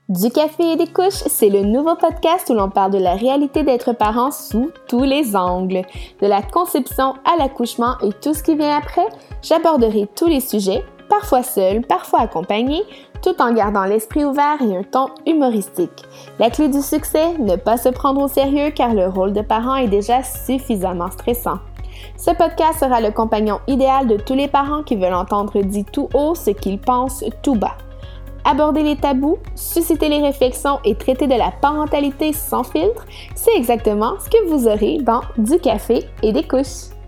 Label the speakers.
Speaker 1: Du café et des couches, c'est le nouveau podcast où l'on parle de la réalité d'être parent sous tous les angles. De la conception à l'accouchement et tout ce qui vient après, j'aborderai tous les sujets, parfois seul, parfois accompagné, tout en gardant l'esprit ouvert et un ton humoristique. La clé du succès, ne pas se prendre au sérieux car le rôle de parent est déjà suffisamment stressant. Ce podcast sera le compagnon idéal de tous les parents qui veulent entendre dit tout haut ce qu'ils pensent tout bas. Aborder les tabous, susciter les réflexions et traiter de la parentalité sans filtre, c'est exactement ce que vous aurez dans Du café et des couches.